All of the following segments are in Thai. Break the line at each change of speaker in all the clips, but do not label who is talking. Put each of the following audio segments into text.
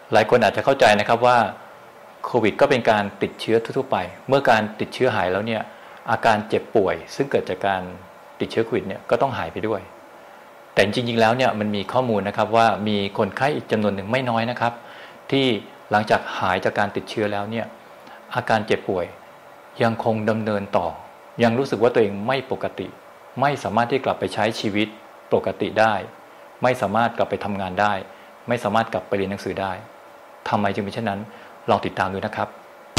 หลายคนอาจจะเข้าใจนะครับว่าโควิดก็เป็นการติดเชื้อทั่วไปเมื่อการติดเชื้อหายแล้วเนี่ยอาการเจ็บป่วยซึ่งเกิดจากการติดเชื้อโควิดเนี่ยก็ต้องหายไปด้วยแต่จริงๆแล้วเนี่ยมันมีข้อมูลนะครับว่ามีคนไข้อีกจำนวนหนึ่งไม่น้อยนะครับที่หลังจากหายจากการติดเชื้อแล้วเนี่ยอาการเจ็บป่วยยังคงดำเนินต่อยังรู้สึกว่าตัวเองไม่ปกติไม่สามารถที่กลับไปใช้ชีวิตปกติได้ไม่สามารถกลับไปทำงานได้ไม่สามารถกลับไปเรียนหนังสือได้ทำไมจึงเป็นเช่นนั้นลองติดตามดูนะครับ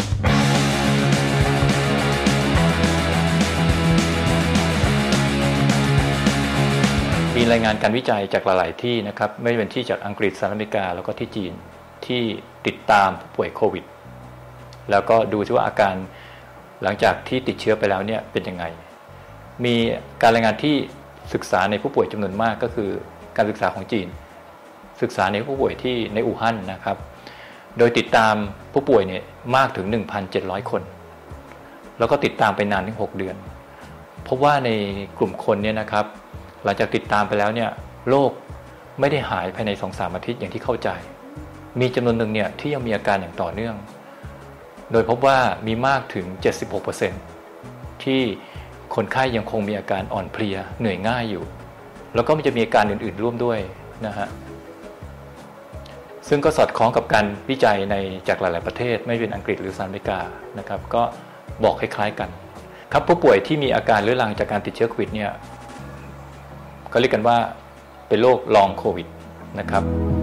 มีรายงานการวิจัยจากหลายๆที่นะครับไม่ว่าเป็นที่จากอังกฤษสหรัฐอเมริกาแล้วก็ที่จีนที่ติดตามผู้ป่วยโควิดแล้วก็ดูว่าอาการหลังจากที่ติดเชื้อไปแล้วเนี่ยเป็นยังไงมีการรายงานที่ศึกษาในผู้ป่วยจำนวนมากก็คือการศึกษาของจีนศึกษาในผู้ป่วยที่ในอู่ฮั่นนะครับโดยติดตามผู้ป่วยเนี่ยมากถึง 1,700 คนแล้วก็ติดตามไปนานถึง6 เดือนพบว่าในกลุ่มคนเนี่ยนะครับหลังจากติดตามไปแล้วเนี่ยโรคไม่ได้หายภายใน 2-3 อาทิตย์อย่างที่เข้าใจมีจำนวนหนึ่งเนี่ยที่ยังมีอาการอย่างต่อเนื่องโดยพบว่ามีมากถึง 76% ที่คนไข้ยังคงมีอาการอ่อนเพลียเหนื่อยง่ายอยู่แล้วก็มันจะมีอาการอื่นๆร่วมด้วยนะฮะซึ่งก็สอดคล้องกับการวิจัยในจากหลายๆประเทศไม่เป็นอังกฤษหรือสหรัฐอเมริกานะครับก็บอกคล้ายๆกันครับผู้ป่วยที่มีอาการเรื้อรังจากการติดเชื้อโควิดเนี่ยก็เรียกกันว่าเป็นโรคลองโควิดนะครับ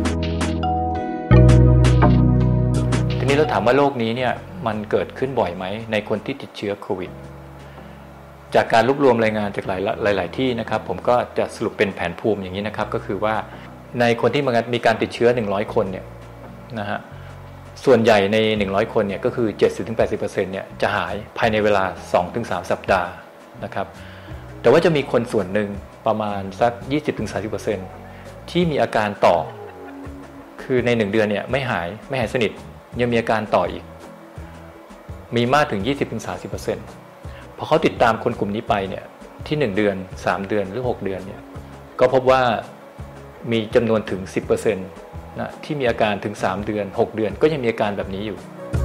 ทีนี้เราถามว่าโรคนี้เนี่ยมันเกิดขึ้นบ่อยไหมในคนที่ติดเชื้อโควิดจากการรวบรวมรายงานจากหลายที่นะครับผมก็จะสรุปเป็นแผนภูมิอย่างนี้นะครับก็คือว่าในคนที่มีการติดเชื้อ100คนเนี่ยนะฮะส่วนใหญ่ใน100คนเนี่ยก็คือ 70-80% เนี่ยจะหายภายในเวลา 2-3 สัปดาห์นะครับแต่ว่าจะมีคนส่วนหนึ่งประมาณสัก 20-30% ที่มีอาการต่อคือใน1เดือนเนี่ยไม่หายสนิทยังมีอาการต่ออีกมีมากถึง 20-30% พอเขาติดตามคนกลุ่มนี้ไปเนี่ยที่1เดือน3เดือนหรือ6เดือนเนี่ยก็พบว่ามีจำนวนถึง 10% นะที่มีอาการถึง3เดือน6เดือนก็ยังมีอาการแบบนี้อยู่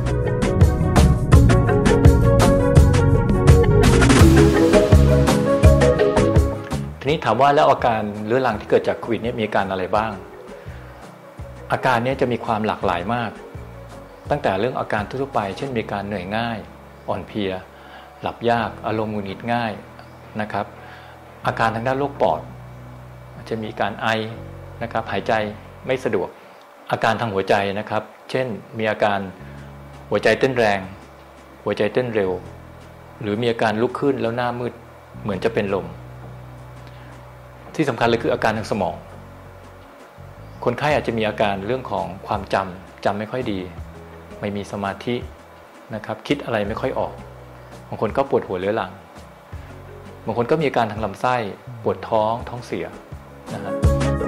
ทีนี้ถามว่าแล้วอาการเรื้อรังที่เกิดจากโควิดเนี่ยมีอาการอะไรบ้างอาการนี้จะมีความหลากหลายมากตั้งแต่เรื่องอาการทั่วไปเช่นมีการเหนื่อยง่ายอ่อนเพลียหลับยากอารมณ์หงุดหงิดง่ายนะครับอาการทางด้านโรคปอดจะมีการไอนะครับหายใจไม่สะดวกอาการทางหัวใจนะครับเช่นมีอาการหัวใจเต้นแรงหัวใจเต้นเร็วหรือมีอาการลุกขึ้นแล้วหน้ามืดเหมือนจะเป็นลมที่สำคัญเลยคืออาการทางสมองคนไข้อาจจะมีอาการเรื่องของความจำไม่ค่อยดีไม่มีสมาธินะครับคิดอะไรไม่ค่อยออกบางคนก็ปวดหัวเรื้อรังบางคนก็มีอาการทางลำไส้ปวดท้องเสียนะฮะ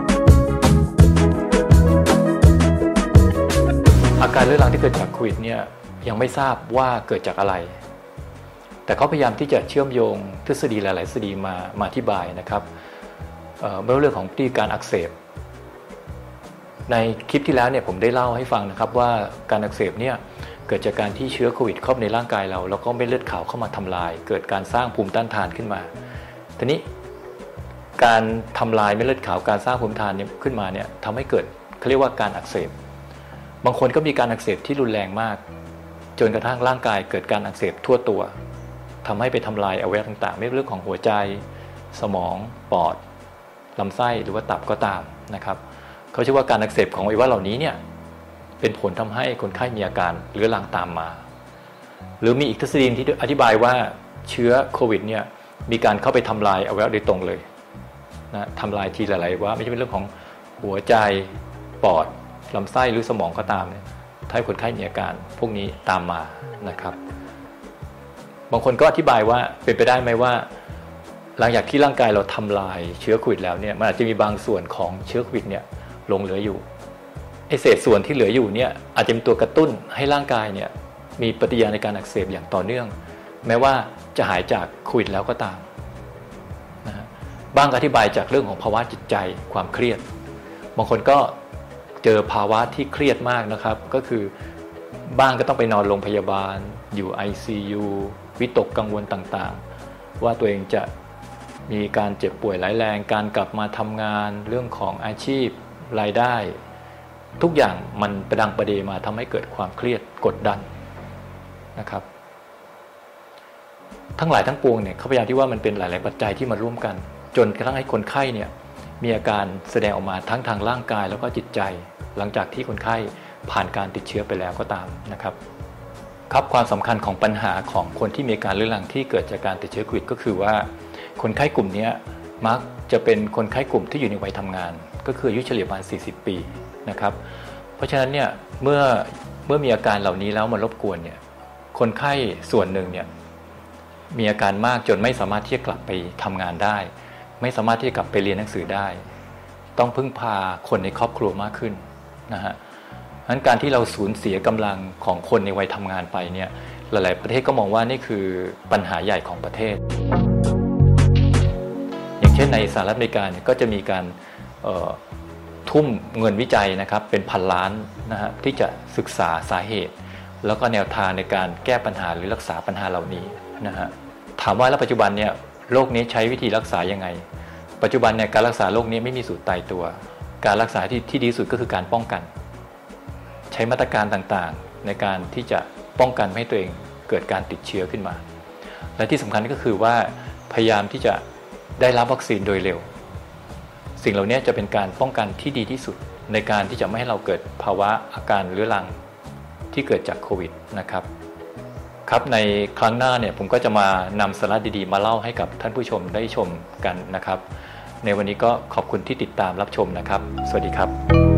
อาการเรื้อรังที่เกิดจากโควิดเนี่ยยังไม่ทราบว่าเกิดจากอะไรแต่เขาพยายามที่จะเชื่อมโยงทฤษฎีหลายๆทฤษฎีมาอธิบายนะครับเรื่องของที่การอักเสบในคลิปที่แล้วเนี่ยผมได้เล่าให้ฟังนะครับว่าการอักเสบเนี่ยเกิดจากการที่เชื้อโควิดเข้าในร่างกายเราแล้วก็เม็ดเลือดขาวเข้ามาทำลายเกิดการสร้างภูมิต้านทานขึ้นมาทีนี้การทำลายเม็ดเลือดขาวการสร้างภูมิต้านทานขึ้นมาเนี่ยทำให้เกิดเขาเรียกว่าการอักเสบบางคนก็มีการอักเสบที่รุนแรงมากจนกระทั่งร่างกายเกิดการอักเสบทั่วตัวทำให้ไปทำลายอวัยวะต่างๆไม่ว่าเรื่องของหัวใจสมองปอดลำไส้หรือว่าตับก็ตามนะครับเขาเชื่อว่าการอักเสบของอวัยวะเหล่านี้เนี่ยเป็นผลทำให้คนไข้มีอาการเรื้อรังตามมาหรือมีอีกทฤษฎีที่อธิบายว่าเชื้อโควิดเนี่ยมีการเข้าไปทำลายอวัยวะโดยตรงเลยนะทำลายทีหลายๆว่าไม่ใช่เป็นเรื่องของหัวใจปอดลำไส้หรือสมองก็ตามเนี่ยถ้าคนไข้มีอาการพวกนี้ตามมานะครับบางคนก็อธิบายว่าเป็นไปได้ไหมว่าหลังจากที่ร่างกายเราทำลายเชื้อโควิดแล้วเนี่ยมันอาจจะมีบางส่วนของเชื้อโควิดเนี่ยหลงเหลืออยู่ไอ้เศษส่วนที่เหลืออยู่เนี่ยอาจจะเป็นตัวกระตุ้นให้ร่างกายเนี่ยมีปฏิกิริยาในการอักเสบอย่างต่อเนื่องแม้ว่าจะหายจากโควิดแล้วก็ตามนะฮะบางอธิบายจากเรื่องของภาวะจิตใจความเครียดบางคนก็เจอภาวะที่เครียดมากนะครับก็คือบ้างก็ต้องไปนอนโรงพยาบาลอยู่ ICU วิตกกังวลต่างๆว่าตัวเองจะมีการเจ็บป่วยร้ายแรงการกลับมาทำงานเรื่องของอาชีพรายได้ทุกอย่างมันประดังประเดมาทำให้เกิดความเครียดกดดันนะครับทั้งหลายทั้งปวงเนี่ยเขาพยายามที่ว่ามันเป็นหลายๆปัจจัยที่มาร่วมกันจนกระทั่งให้คนไข้เนี่ยมีอาการแสดงออกมาทั้งทางร่างกายแล้วก็จิตใจหลังจากที่คนไข้ผ่านการติดเชื้อไปแล้วก็ตามนะครับครับความสำคัญของปัญหาของคนที่มีอาการเรื้อรังที่เกิดจากการติดเชื้อโควิดก็คือว่าคนไข้กลุ่มนี้มักจะเป็นคนไข้กลุ่มที่อยู่ในวัยทำงานก็คืออายุเฉลี่ยประมาณ40 ปีนะครับเพราะฉะนั้นเนี่ยเมื่อมีอาการเหล่านี้แล้วมันรบกวนเนี่ยคนไข้ส่วนหนึ่งเนี่ยมีอาการมากจนไม่สามารถที่จะกลับไปทำงานได้ไม่สามารถที่จะกลับไปเรียนหนังสือได้ต้องพึ่งพาคนในครอบครัวมากขึ้นนะฮะเพราะฉะนั้นการที่เราสูญเสียกำลังของคนในวัยทำงานไปเนี่ยหลายๆประเทศก็มองว่านี่คือปัญหาใหญ่ของประเทศอย่างเช่นในสหรัฐอเมริกาเนี่ยก็จะมีการทุ่มเงินวิจัยนะครับเป็นพันล้านนะฮะที่จะศึกษาสาเหตุแล้วก็แนวทางในการแก้ปัญหาหรือรักษาปัญหาเหล่านี้นะฮะถามว่าแล้วปัจจุบันเนี่ยโรคนี้ใช้วิธีรักษายังไงปัจจุบันเนี่ยการรักษาโรคนี้ไม่มีสูตรตายตัวการรักษาที่ดีที่สุดก็คือการป้องกันใช้มาตรการต่างๆในการที่จะป้องกันไม่ให้ตัวเองเกิดการติดเชื้อขึ้นมาและที่สำคัญก็คือว่าพยายามที่จะได้รับวัคซีนโดยเร็วสิ่งเหล่านี้จะเป็นการป้องกันที่ดีที่สุดในการที่จะไม่ให้เราเกิดภาวะอาการเรื้อรังที่เกิดจากโควิดนะครับครับในครั้งหน้าเนี่ยผมก็จะมานำสาระดีๆมาเล่าให้กับท่านผู้ชมได้ชมกันนะครับในวันนี้ก็ขอบคุณที่ติดตามรับชมนะครับสวัสดีครับ